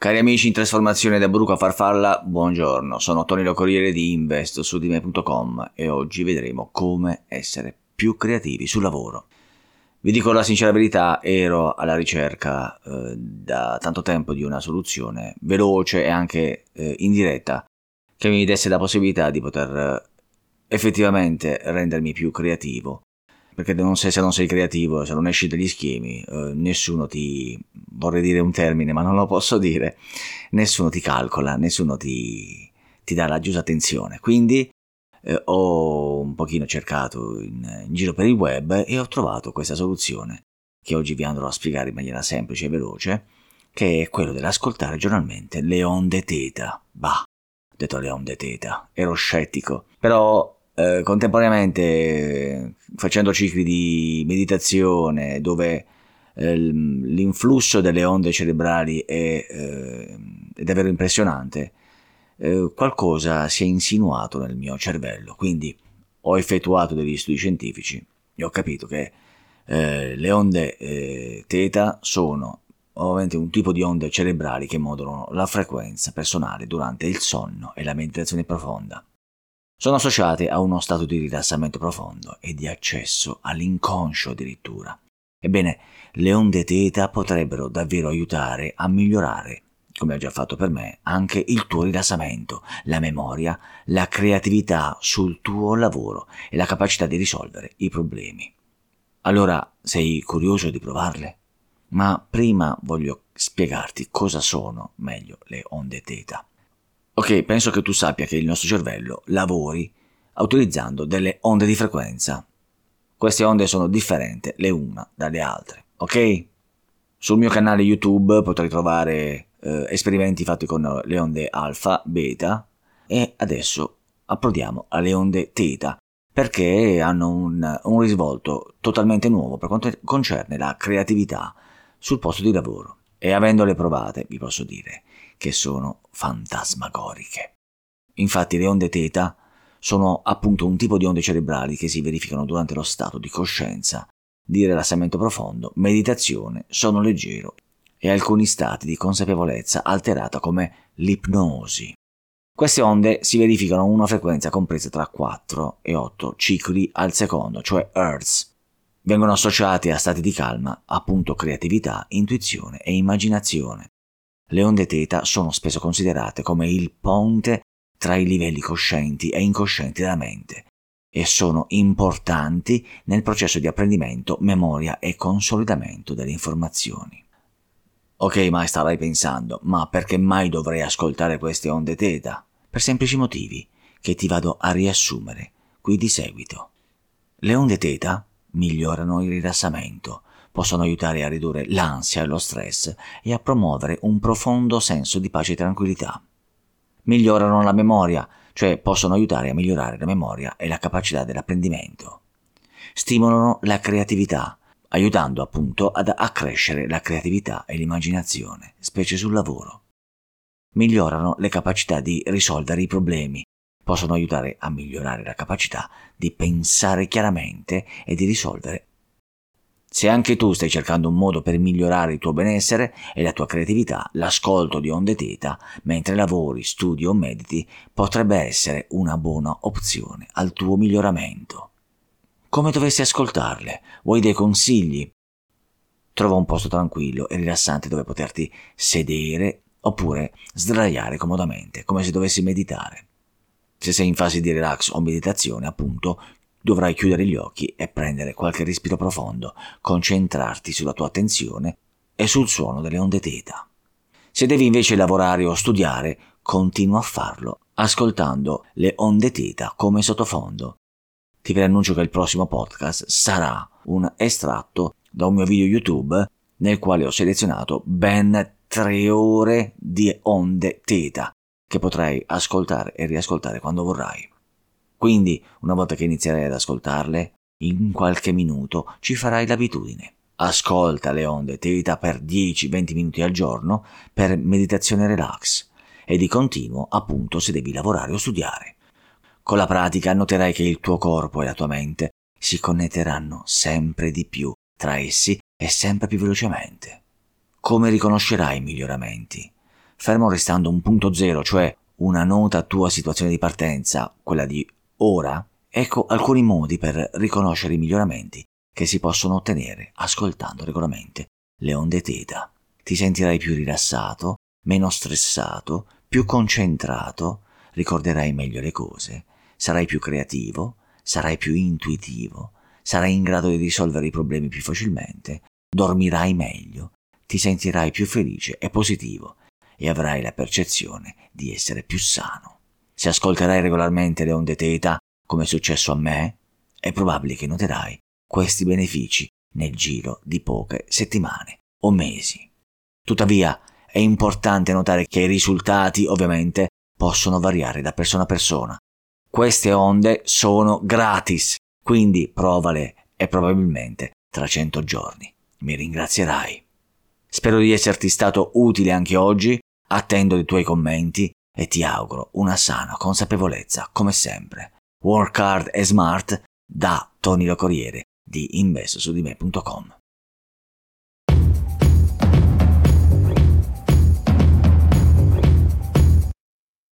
Cari amici in trasformazione da bruco a farfalla, buongiorno, sono Tonino Corriere di investsudime.com e oggi vedremo come essere più creativi sul lavoro. Vi dico la sincera verità, ero alla ricerca da tanto tempo di una soluzione veloce e anche in diretta che mi desse la possibilità di poter effettivamente rendermi più creativo. Perché se non sei creativo, se non esci dagli schemi, nessuno vorrei dire un termine ma non lo posso dire, nessuno ti calcola, nessuno ti dà la giusta attenzione. Quindi ho un pochino cercato in giro per il web e ho trovato questa soluzione che oggi vi andrò a spiegare in maniera semplice e veloce, che è quello dell'ascoltare giornalmente le onde teta. Bah, ho detto le onde teta, ero scettico, però contemporaneamente facendo cicli di meditazione dove l'influsso delle onde cerebrali è davvero impressionante, qualcosa si è insinuato nel mio cervello, quindi ho effettuato degli studi scientifici e ho capito che le onde teta sono ovviamente un tipo di onde cerebrali che modulano la frequenza personale durante il sonno e la meditazione profonda. Sono associate a uno stato di rilassamento profondo e di accesso all'inconscio addirittura. Ebbene, le onde teta potrebbero davvero aiutare a migliorare, come ha già fatto per me, anche il tuo rilassamento, la memoria, la creatività sul tuo lavoro e la capacità di risolvere i problemi. Allora, sei curioso di provarle? Ma prima voglio spiegarti cosa sono meglio le onde teta. Ok, penso che tu sappia che il nostro cervello lavori utilizzando delle onde di frequenza. Queste onde sono differenti le una dalle altre, ok? Sul mio canale YouTube potrai trovare esperimenti fatti con le onde alfa, beta e adesso approdiamo alle onde teta perché hanno un risvolto totalmente nuovo per quanto concerne la creatività sul posto di lavoro. E avendole provate vi posso dire che sono fantasmagoriche. Infatti le onde teta sono appunto un tipo di onde cerebrali che si verificano durante lo stato di coscienza, di rilassamento profondo, meditazione, sonno leggero e alcuni stati di consapevolezza alterata come l'ipnosi. Queste onde si verificano a una frequenza compresa tra 4 e 8 cicli al secondo, cioè Hertz. Vengono associati a stati di calma, appunto creatività, intuizione e immaginazione. Le onde teta sono spesso considerate come il ponte tra i livelli coscienti e incoscienti della mente e sono importanti nel processo di apprendimento, memoria e consolidamento delle informazioni. Ok, ma starai pensando, ma perché mai dovrei ascoltare queste onde teta? Per semplici motivi che ti vado a riassumere qui di seguito. Le onde teta migliorano il rilassamento, possono aiutare a ridurre l'ansia e lo stress e a promuovere un profondo senso di pace e tranquillità. Migliorano la memoria, cioè possono aiutare a migliorare la memoria e la capacità dell'apprendimento. Stimolano la creatività, aiutando appunto ad accrescere la creatività e l'immaginazione, specie sul lavoro. Migliorano le capacità di risolvere i problemi, possono aiutare a migliorare la capacità di pensare chiaramente e di risolvere. Se anche tu stai cercando un modo per migliorare il tuo benessere e la tua creatività, l'ascolto di onde teta mentre lavori, studi o mediti potrebbe essere una buona opzione al tuo miglioramento. Come dovresti ascoltarle? Vuoi dei consigli? Trova un posto tranquillo e rilassante dove poterti sedere oppure sdraiare comodamente, come se dovessi meditare. Se sei in fase di relax o meditazione, appunto, dovrai chiudere gli occhi e prendere qualche respiro profondo, concentrarti sulla tua attenzione e sul suono delle onde teta. Se devi invece lavorare o studiare, continua a farlo, ascoltando le onde teta come sottofondo. Ti preannuncio che il prossimo podcast sarà un estratto da un mio video YouTube nel quale ho selezionato ben 3 ore di onde teta che potrai ascoltare e riascoltare quando vorrai. Quindi, una volta che inizierai ad ascoltarle, in qualche minuto ci farai l'abitudine. Ascolta le onde teta per 10-20 minuti al giorno per meditazione relax e di continuo appunto se devi lavorare o studiare. Con la pratica noterai che il tuo corpo e la tua mente si connetteranno sempre di più tra essi e sempre più velocemente. Come riconoscerai i miglioramenti? fermo restando un punto zero, cioè una nota tua situazione di partenza, quella di ora, ecco alcuni modi per riconoscere i miglioramenti che si possono ottenere ascoltando regolarmente le onde teta. Ti sentirai più rilassato, meno stressato, più concentrato, ricorderai meglio le cose, sarai più creativo, sarai più intuitivo, sarai in grado di risolvere i problemi più facilmente, dormirai meglio, ti sentirai più felice e positivo e avrai la percezione di essere più sano. Se ascolterai regolarmente le onde teta, come è successo a me, è probabile che noterai questi benefici nel giro di poche settimane o mesi. Tuttavia, è importante notare che i risultati, ovviamente, possono variare da persona a persona. Queste onde sono gratis, quindi provale e probabilmente tra 100 giorni mi ringrazierai. Spero di esserti stato utile anche oggi, attendo i tuoi commenti e ti auguro una sana consapevolezza come sempre. Work hard e smart da Tony Lo Corriere di investosudime.com.